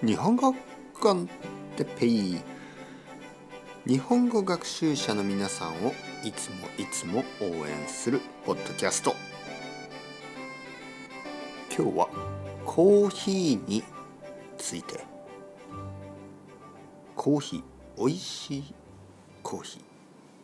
日本語コンテッペイ。日本語学習者の皆さんをいつもいつも応援するポッドキャスト。今日はコーヒーについて。コーヒー、おいしいコーヒー。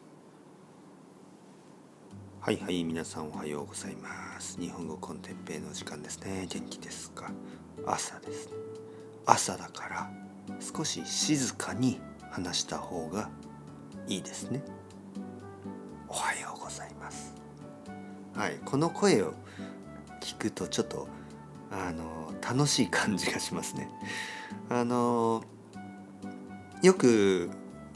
はいはい、皆さんおはようございます。日本語コンテッペイの時間ですね。元気ですか？朝です。朝だから少し静かに話した方がいいですね。おはようございます。はい、この声を聞くとちょっと楽しい感じがしますね。よく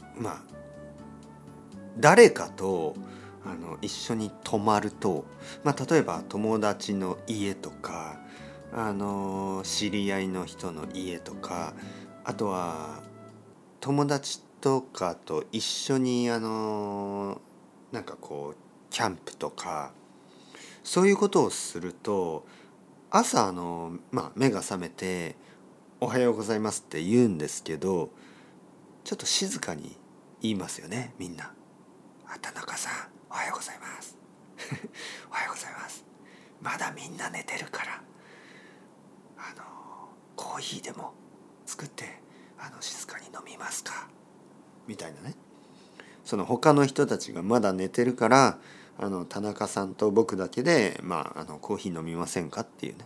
誰かと一緒に泊まると、例えば友達の家とか知り合いの人の家とか、あとは友達とかと一緒にキャンプとかそういうことをすると、朝目が覚めておはようございますって言うんですけど、ちょっと静かに言いますよね。みんな田中さんおはようございますおはようございます、まだみんな寝てるからコーヒーでも作って静かに飲みますかみたいなね。その他の人たちがまだ寝てるから田中さんと僕だけでコーヒー飲みませんかっていうね。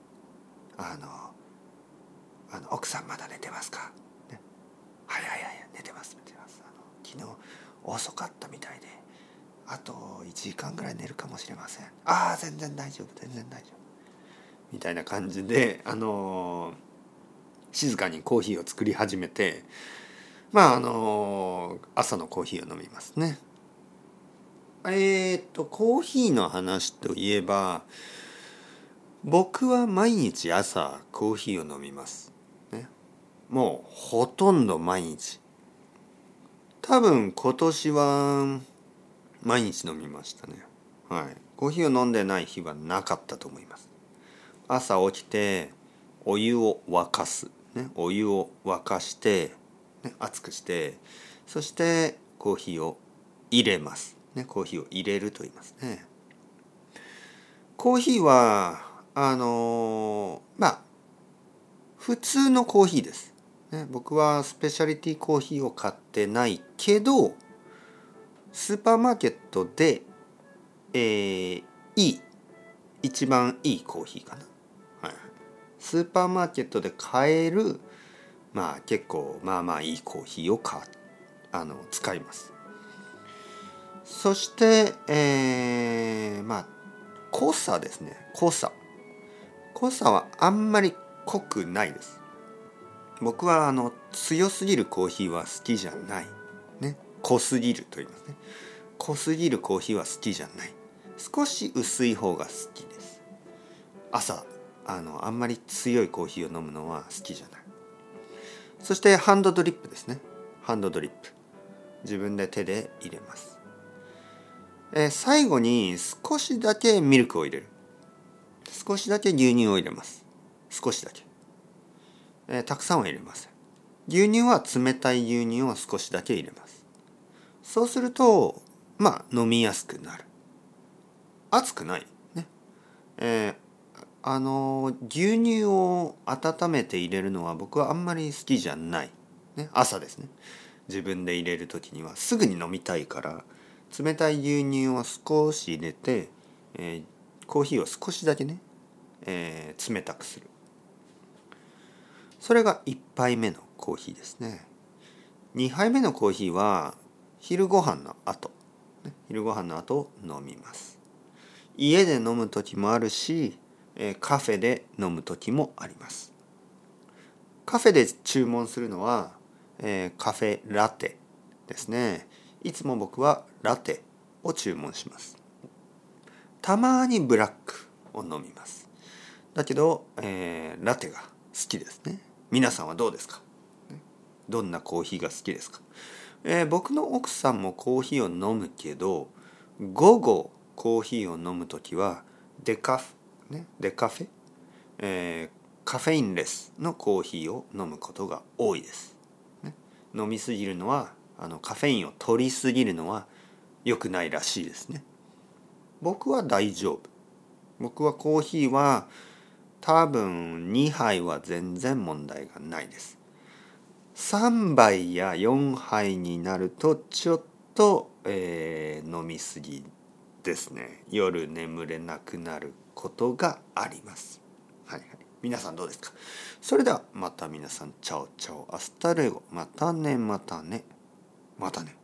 奥さんまだ寝てますか、ね、はい寝てます昨日遅かったみたいであと1時間ぐらい寝るかもしれません。全然大丈夫みたいな感じで静かにコーヒーを作り始めて、朝のコーヒーを飲みますね。コーヒーの話といえば、僕は毎日朝コーヒーを飲みます、ね、もうほとんど毎日。多分今年は毎日飲みましたね。はい、コーヒーを飲んでない日はなかったと思います。朝起きてお湯を沸かす、ね、お湯を沸かして、ね、熱くして、そしてコーヒーを入れます、ね、コーヒーを入れると言いますね。コーヒーは普通のコーヒーです、ね、僕はスペシャリティコーヒーを買ってないけど、スーパーマーケットで、一番いいコーヒーかな、はい、スーパーマーケットで買える結構いいコーヒーを使います。そして、濃さですね。濃さはあんまり濃くないです。僕は強すぎるコーヒーは好きじゃない、ね、濃すぎると言いますね。濃すぎるコーヒーは好きじゃない。少し薄い方が好きです。朝あんまり強いコーヒーを飲むのは好きじゃない。そしてハンドドリップですね。ハンドドリップ、自分で手で入れます。最後に少しだけミルクを入れる。少しだけ牛乳を入れます。少しだけ、たくさんは入れません。牛乳は冷たい牛乳を少しだけ入れます。そうすると飲みやすくなる。熱くないね。牛乳を温めて入れるのは僕はあんまり好きじゃない、ね、朝ですね。自分で入れる時にはすぐに飲みたいから冷たい牛乳を少し入れて、コーヒーを少しだけね、冷たくする。それが1杯目のコーヒーですね。2杯目のコーヒーは昼ご飯の後飲みます。家で飲む時もあるし、カフェで飲む時もあります。カフェで注文するのは、カフェラテですね。いつも僕はラテを注文します。たまにブラックを飲みます。だけど、ラテが好きですね。皆さんはどうですか？どんなコーヒーが好きですか？僕の奥さんもコーヒーを飲むけど、午後コーヒーを飲むときはデカフェ、 カフェインレスのコーヒーを飲むことが多いです、ね、飲みすぎるのはカフェインを取りすぎるのは良くないらしいですね。僕は大丈夫。僕はコーヒーは多分2杯は全然問題がないです。3杯や4杯になるとちょっと、飲みすぎですね。夜眠れなくなることがあります。はいはい。皆さんどうですか？それではまた皆さん、チャオチャオ、アスタルエゴ、またねまたねまたね。